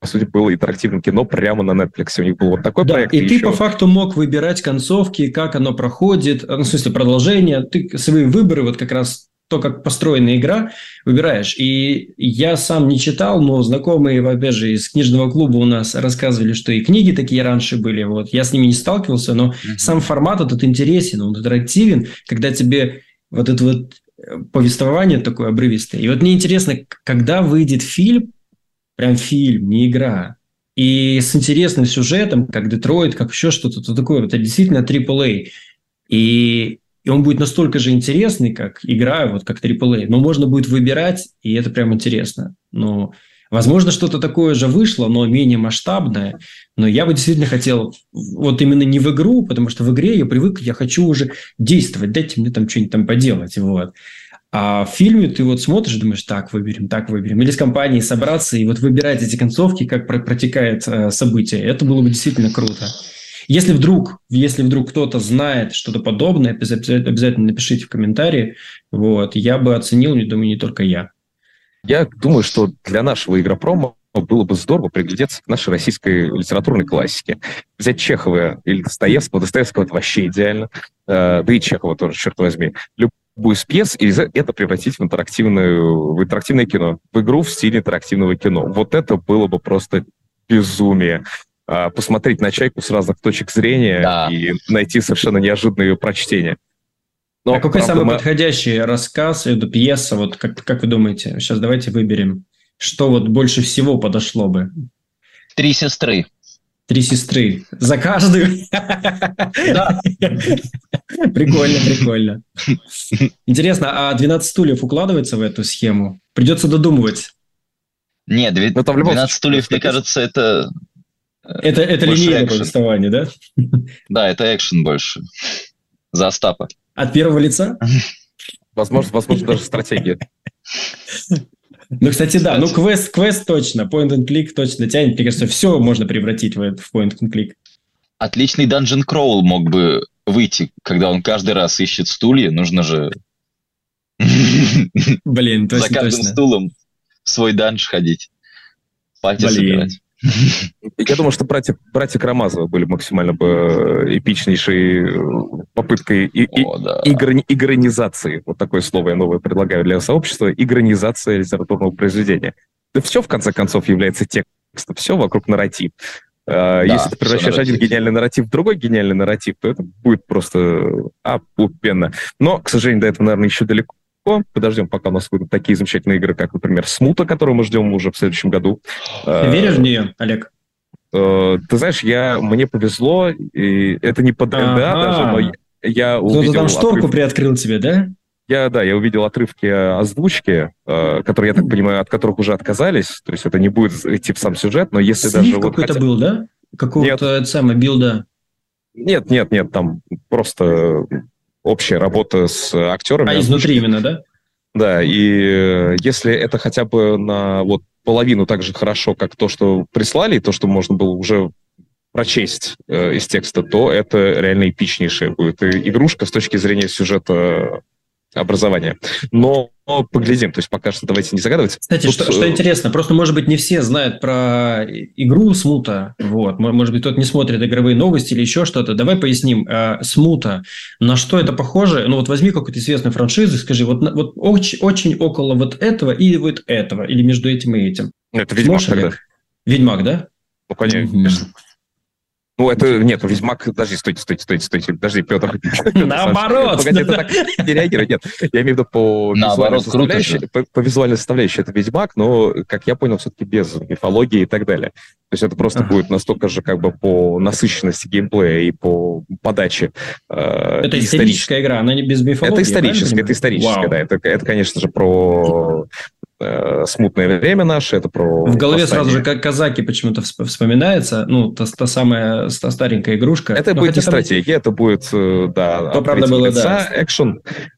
сути, было интерактивным кино прямо на Netflix. У них был вот такой проект. И ты по факту мог выбирать концовки, как оно проходит, в смысле продолжение. Ты свои выборы, вот как раз то, как построена игра, выбираешь. И я сам не читал, но знакомые, опять же, из книжного клуба у нас рассказывали, что и книги такие раньше были. Вот. Я с ними не сталкивался, но сам формат этот интересен, он интерактивен, когда тебе вот это вот повествование такое обрывистое. И вот мне интересно, когда выйдет фильм, прям фильм, не игра, и с интересным сюжетом, как Детройт, как еще что-то такое, это действительно AAA. И он будет настолько же интересный, как игра, вот как AAA. Но можно будет выбирать, и это прям интересно. Но, возможно, что-то такое же вышло, но менее масштабное. Но я бы действительно хотел вот именно не в игру, потому что в игре я привык, я хочу уже действовать, дайте мне там что-нибудь там поделать. Вот. А в фильме ты вот смотришь, думаешь, так выберем. Или с компанией собраться и вот выбирать эти концовки, как протекает событие. Это было бы действительно круто. Если вдруг кто-то знает что-то подобное, обязательно напишите в комментарии. Вот, я бы оценил, не думаю, не только я. Я думаю, что для нашего игропрома было бы здорово приглядеться к нашей российской литературной классике. Взять Чехова или Достоевского. Достоевского это вообще идеально. Да и Чехова тоже, черт возьми. Любую из пьес, и это превратить в интерактивное кино. В игру в стиле интерактивного кино. Вот это было бы просто безумие. Посмотреть на «Чайку» с разных точек зрения и найти совершенно неожиданные прочтения. Но, какой самый подходящий рассказ, это пьеса, вот как вы думаете? Сейчас давайте выберем, что вот больше всего подошло бы. «Три сестры». «Три сестры». За каждую? Да. Прикольно. Интересно, а 12 стульев укладывается в эту схему? Придется додумывать. Нет, 12 стульев, мне кажется, это... Это линейное повествование, да? Да, это экшен больше. За Остапа. От первого лица? Возможно, даже стратегия. Ну, кстати, да. Ну, квест точно. Point and click точно тянет. Мне кажется, все можно превратить в point and click. Отличный Dungeon Crawl мог бы выйти, когда он каждый раз ищет стулья. Нужно же... Блин, точно. За каждым стулом в свой данж ходить. Пати собирать. Я думаю, что братья Карамазовы были максимально бы эпичнейшей попыткой игронизации. Вот такое слово я новое предлагаю для сообщества. Игронизация литературного произведения. Да все, в конце концов, является текстом. Все вокруг нарратив. Если ты превращаешь один гениальный нарратив в другой гениальный нарратив, то это будет просто опупенно. Но, к сожалению, до этого, наверное, еще далеко. Подождем, пока у нас будут такие замечательные игры, как, например, «Смута», которую мы ждем уже в следующем году. Ты веришь в нее, Олег? Ты знаешь, мне повезло, и это не под НДА даже, но я увидел... Кто-то там шторку приоткрыл тебе, да? Я увидел отрывки озвучки, которые, я так понимаю, от которых уже отказались, то есть это не будет идти в сам сюжет, но если Слив даже... какой-то был, да? Какого-то билда? Нет, там просто... общая работа с актерами. Изнутри именно, да? Да, и если это хотя бы на половину так же хорошо, как то, что прислали, и то, что можно было уже прочесть из текста, то это реально эпичнейшая будет игрушка с точки зрения сюжета образования. Но поглядим, то есть пока что давайте не загадывать. Кстати, что интересно, просто, может быть, не все знают про игру «Смута», вот, может быть, кто-то не смотрит игровые новости или еще что-то. Давай поясним, «Смута», на что это похоже? Ну, вот возьми какую-то известную франшизу и скажи, вот очень около вот этого и вот этого, или между этим и этим. Это «Ведьмак» тогда. «Ведьмак», да? Ну, конечно. Ну, это... Нет, «Ведьмак». Подожди, стойте. Подожди, Петр. Наоборот! Погоди, это так не реагирует. Нет, я имею в виду по визуальной составляющей. Это «Ведьмак», но, как я понял, все-таки без мифологии и так далее. То есть это просто будет настолько же как бы по насыщенности геймплея и по подаче. Это историческая игра, она не без мифологии. Это историческая, да. Это, конечно же, про... смутное время наше, это про... В голове сразу же как казаки почему-то вспоминается, ну, та самая старенькая игрушка. Это будет не стратегия, это будет, да, то, правда, было, да, экшен,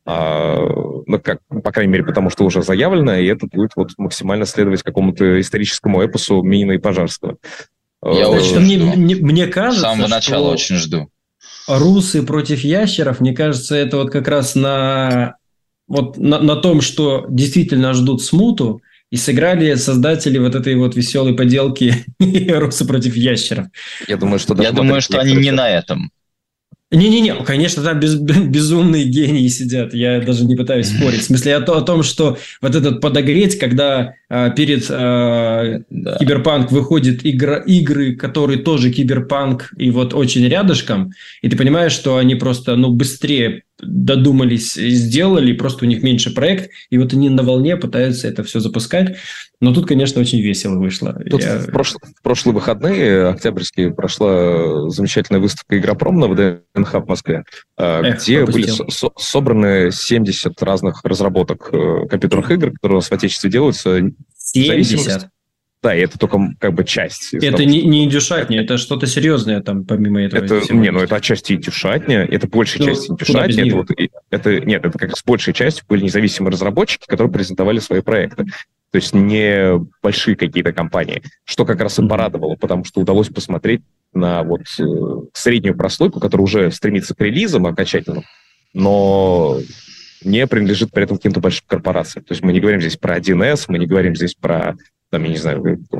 ну, как, по крайней мере, потому что уже заявлено, и это будет вот максимально следовать какому-то историческому эпосу Минина и Пожарского. Я очень мне кажется, с самого начала очень жду. Русы против ящеров, мне кажется, это вот как раз на том, что действительно ждут «Смуту», и сыграли создатели вот этой вот веселой поделки «Русы против ящеров». Я думаю, что они не на этом. Не-не-не, конечно, там безумные гении сидят, я даже не пытаюсь спорить. В смысле, о том, что вот этот подогреть, когда перед Киберпанк выходят игры, которые тоже Киберпанк, и вот очень рядышком, и ты понимаешь, что они просто быстрее додумались и сделали, просто у них меньше проект, и вот они на волне пытаются это все запускать. Но тут, конечно, очень весело вышло. В прошлые выходные, октябрьские, прошла замечательная выставка «Игропром» на ВДНХ в Москве, где были собраны 70 разных разработок компьютерных игр, которые у нас в Отечестве делаются. 70? Да, и это только как бы часть. Это того, не индюшатня, это что-то серьезное там помимо этого. Это отчасти индюшатня, это большая часть индюшатни. Это как раз большая часть были независимые разработчики, которые презентовали свои проекты. То есть не большие какие-то компании, что как раз и порадовало, потому что удалось посмотреть на вот среднюю прослойку, которая уже стремится к релизам окончательным, но не принадлежит при этом каким-то большим корпорациям. То есть мы не говорим здесь про 1С, мы не говорим здесь про, там, я не знаю,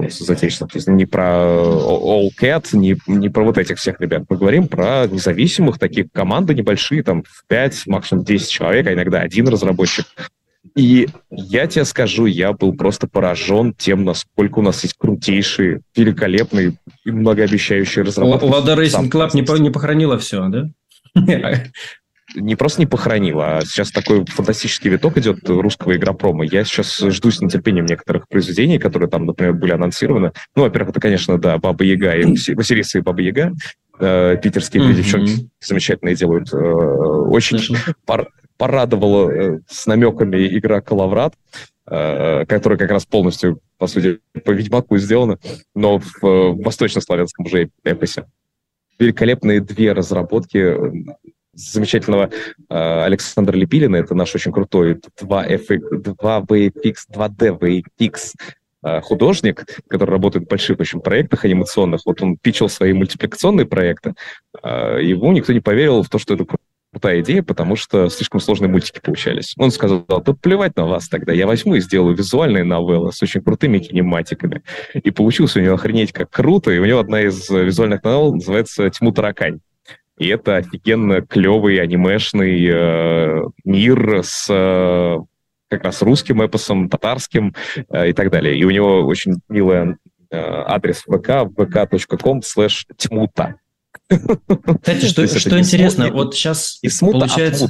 не про Allcat, не про вот этих всех ребят. Мы говорим про независимых, таких команды небольшие, там, в 5, максимум 10 человек, а иногда один разработчик. И я тебе скажу, я был просто поражен тем, насколько у нас есть крутейшие, великолепные и многообещающие разработки. Lada Racing Club не похоронила все, да? Не просто не похоронила, а сейчас такой фантастический виток идет русского игропрома. Я сейчас жду с нетерпением некоторых произведений, которые там, например, были анонсированы. Ну, во-первых, это, конечно, да, Баба Яга и Василиса и Баба Яга. Питерские две девчонки замечательные делают. Очень порадовала с намеками игра «Калаврат», которая как раз полностью, по сути, по Ведьмаку сделана, но в восточнославянском уже эпосе. Великолепные две разработки замечательного Александра Лепилина, это наш очень крутой 2D VFX художник, который работает в больших очень проектах анимационных. Вот он питчил свои мультипликационные проекты. Ему никто не поверил в то, что это крутая идея, потому что слишком сложные мультики получались. Он сказал: да плевать на вас тогда, я возьму и сделаю визуальные новеллы с очень крутыми кинематиками. И получилось у него охренеть как круто, и у него одна из визуальных новелл называется «Тьму таракань». И это офигенно клевый анимешный мир с как раз русским эпосом, татарским и так далее. И у него очень милый адрес ВК, vk.com/тьмута. Кстати, что интересно, вот сейчас получается,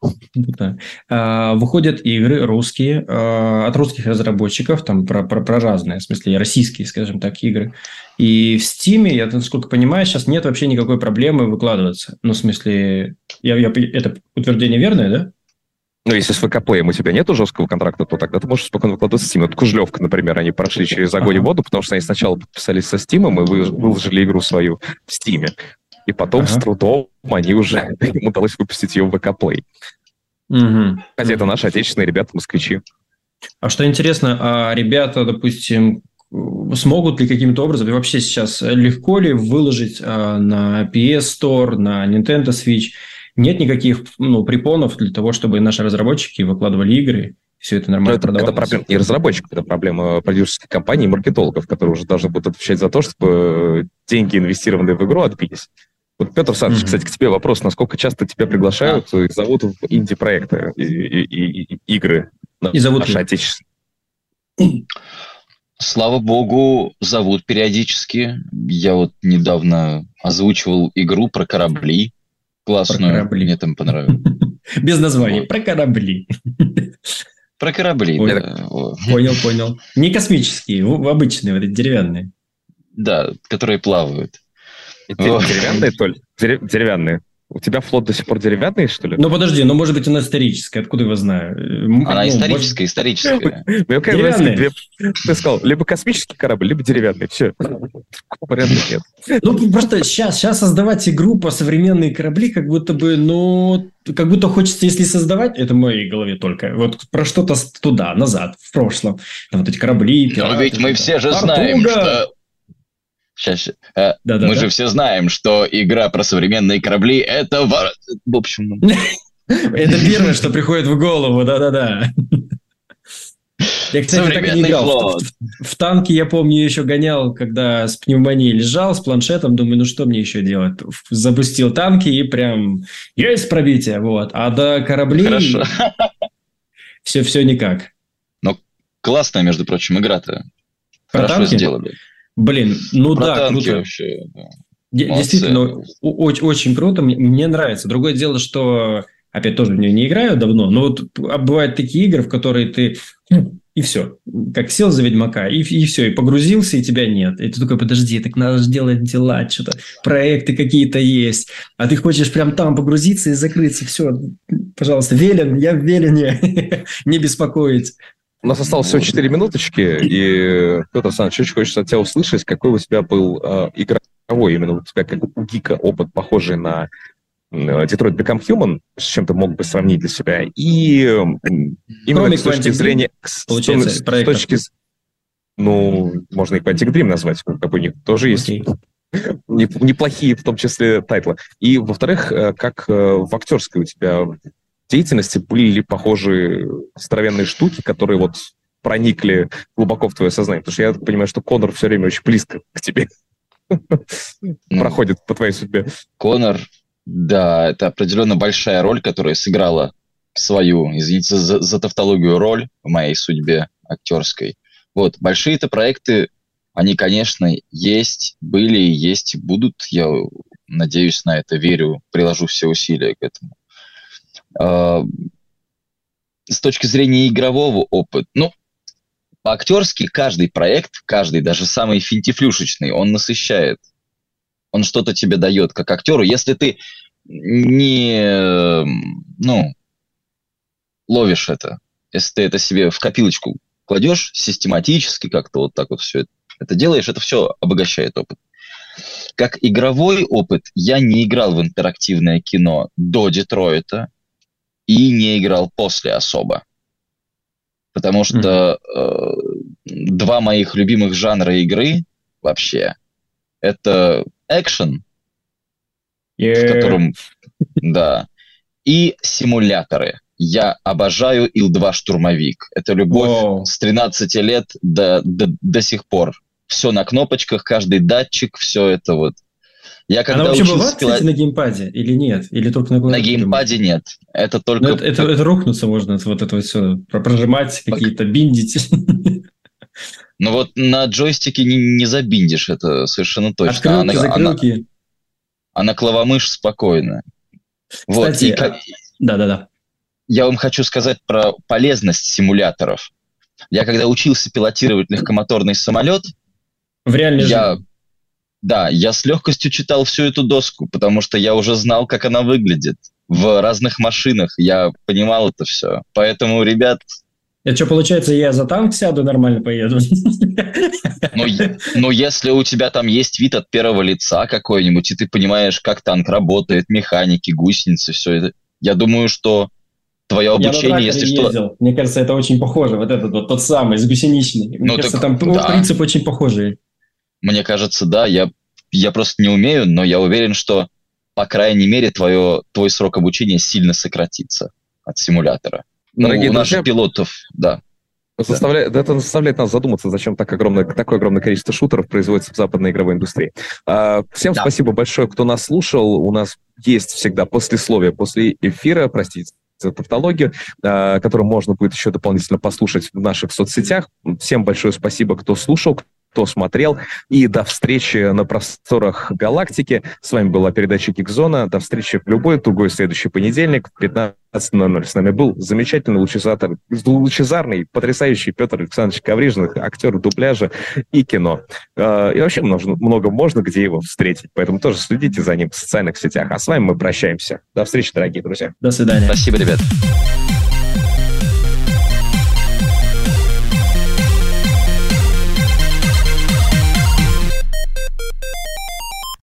выходят игры русские, от русских разработчиков, там про разные, в смысле российские, скажем так, игры. И в Steam, я, насколько понимаю, сейчас нет вообще никакой проблемы выкладываться. Ну, в смысле, это утверждение верное, да? Ну, если с ВК-плеем у тебя нету жесткого контракта, то тогда ты можешь спокойно выкладывать в Steam. Вот Кужлевка, например, они прошли через огонь и воду, потому что они сначала подписались со Steam, и выложили игру свою в Steam. И потом с трудом им удалось выпустить ее в ВК-плей. Хотя это наши отечественные ребята-москвичи. А что интересно, ребята, допустим, смогут ли каким-то образом, и вообще сейчас легко ли выложить на PS Store, на Nintendo Switch? Нет никаких препонов для того, чтобы наши разработчики выкладывали игры, все это нормально продавалось? Это проблема не разработчиков, это проблема продюсерской компании и маркетологов, которые уже должны будут отвечать за то, чтобы деньги, инвестированные в игру, отбились. Вот, Петр Александрович, кстати, к тебе вопрос. Насколько часто тебя приглашают и зовут в инди-проекты и игры наши отечественные? Слава богу, зовут периодически. Я вот недавно озвучивал игру про корабли. Классную. Про корабли. Мне там понравилось. Без названия. Про корабли. Про корабли. Понял. Не космические, обычные, вот эти деревянные. Да, которые плавают. Деревянные, Толь? Деревянные. У тебя флот до сих пор деревянный, что ли? Ну, подожди, может быть, она историческая, откуда его знаю? Она историческая. Деревянная. Ты сказал, либо космический корабль, либо деревянный. Все. Варианта нет. Ну, просто сейчас создавать игру по современные корабли, как будто хочется, если создавать, это в моей голове только, вот про что-то туда, назад, в прошлом. Там вот эти корабли, пираты. Но ведь мы все же знаем, что... Мы же все знаем, что игра про современные корабли — это... В общем... Это первое, что приходит в голову, да-да-да. Я, кстати, так и не играл. В танке, я помню, еще гонял, когда с пневмонией лежал, с планшетом, думаю, ну что мне еще делать? Запустил танки и прям есть пробитие, вот. А до кораблей... Хорошо. Все никак. Ну, классная, между прочим, игра-то. Про Хорошо танки? сделали. Блин, ну Про да, танки круто. вообще, да. Действительно, очень круто. Мне нравится. Другое дело, что, опять тоже в нее не играю давно, но вот бывают такие игры, в которые ты... И все. Как сел за Ведьмака, и все. И погрузился, и тебя нет. И ты такой, подожди, так надо же делать дела, что-то, проекты какие-то есть. А ты хочешь прям там погрузиться и закрыться. Все, пожалуйста, Велен, я в Велене. Не беспокоить. У нас осталось всего 4 минуточки, и, Петр Александрович, очень хочется от тебя услышать, какой у тебя был игровой, именно у тебя, как у гика, опыт, похожий на Detroit Become Human, с чем ты мог бы сравнить для себя, и именно с точки зрения... Получается, с точки, ну, можно и Quantic Dream назвать, как бы у них тоже есть неплохие, в том числе, тайтлы. И, во-вторых, как в актерской у тебя... деятельности были ли похожие здоровенные штуки, которые вот проникли глубоко в твое сознание? Потому что я понимаю, что Конор все время очень близко к тебе проходит по твоей судьбе. Конор, да, это определенно большая роль, которая сыграла свою, извините за тавтологию, роль в моей судьбе актерской. Вот, большие-то проекты, они, конечно, есть, были и есть, и будут. Я надеюсь на это, верю, приложу все усилия к этому. С точки зрения игрового опыта, ну, по-актерски каждый проект, каждый, даже самый финтифлюшечный, он насыщает. Он что-то тебе дает как актеру. Если ты не, ловишь это, если ты это себе в копилочку кладешь систематически, как-то вот так вот все это делаешь, это все обогащает опыт. Как игровой опыт я не играл в интерактивное кино до Детройта, и не играл после особо. Потому что два моих любимых жанра игры вообще это экшен, в котором... Да. И симуляторы. Я обожаю Ил-2 Штурмовик. Это любовь с 13 лет до сих пор. Все на кнопочках, каждый датчик, все это вот. Я когда она вообще бывает, кстати, на геймпаде или нет? Или только на клавиатуре? На геймпаде нет. Это только... Это рухнуться можно, вот это все, прожимать какие-то, биндить. Ну вот на джойстике не забиндишь, это совершенно точно. Закрылки. А на клавомышь спокойно. Кстати, вот. Да. Я вам хочу сказать про полезность симуляторов. Я когда учился пилотировать легкомоторный самолет... В реальной жизни. Да, я с легкостью читал всю эту доску, потому что я уже знал, как она выглядит. В разных машинах я понимал это все. Поэтому, ребят... Это что, получается, я за танк сяду, нормально поеду? Ну, если у тебя там есть вид от первого лица какой-нибудь, и ты понимаешь, как танк работает, механики, гусеницы, все это, я думаю, что твое обучение, если что... Ездил. Мне кажется, это очень похоже. Вот этот вот тот самый, с гусеничный. Мне кажется, там принцип очень похожий. Мне кажется, да, я просто не умею, но я уверен, что, по крайней мере, твой срок обучения сильно сократится от симулятора. Дорогие у наших пилотов, да. Это заставляет нас задуматься, зачем такое огромное количество шутеров производится в западной игровой индустрии. Всем спасибо большое, кто нас слушал. У нас есть всегда послесловие после эфира, простите за тавтологию, которую можно будет еще дополнительно послушать в наших соцсетях. Всем большое спасибо, кто слушал, кто смотрел. И до встречи на просторах галактики. С вами была передача Гигзона. До встречи в любой другой следующий понедельник в 15:00. С нами был замечательный лучезарный, потрясающий Петр Александрович Коврижных, актер дубляжа и кино. И вообще много можно где его встретить. Поэтому тоже следите за ним в социальных сетях. А с вами мы прощаемся. До встречи, дорогие друзья. До свидания. Спасибо, ребят.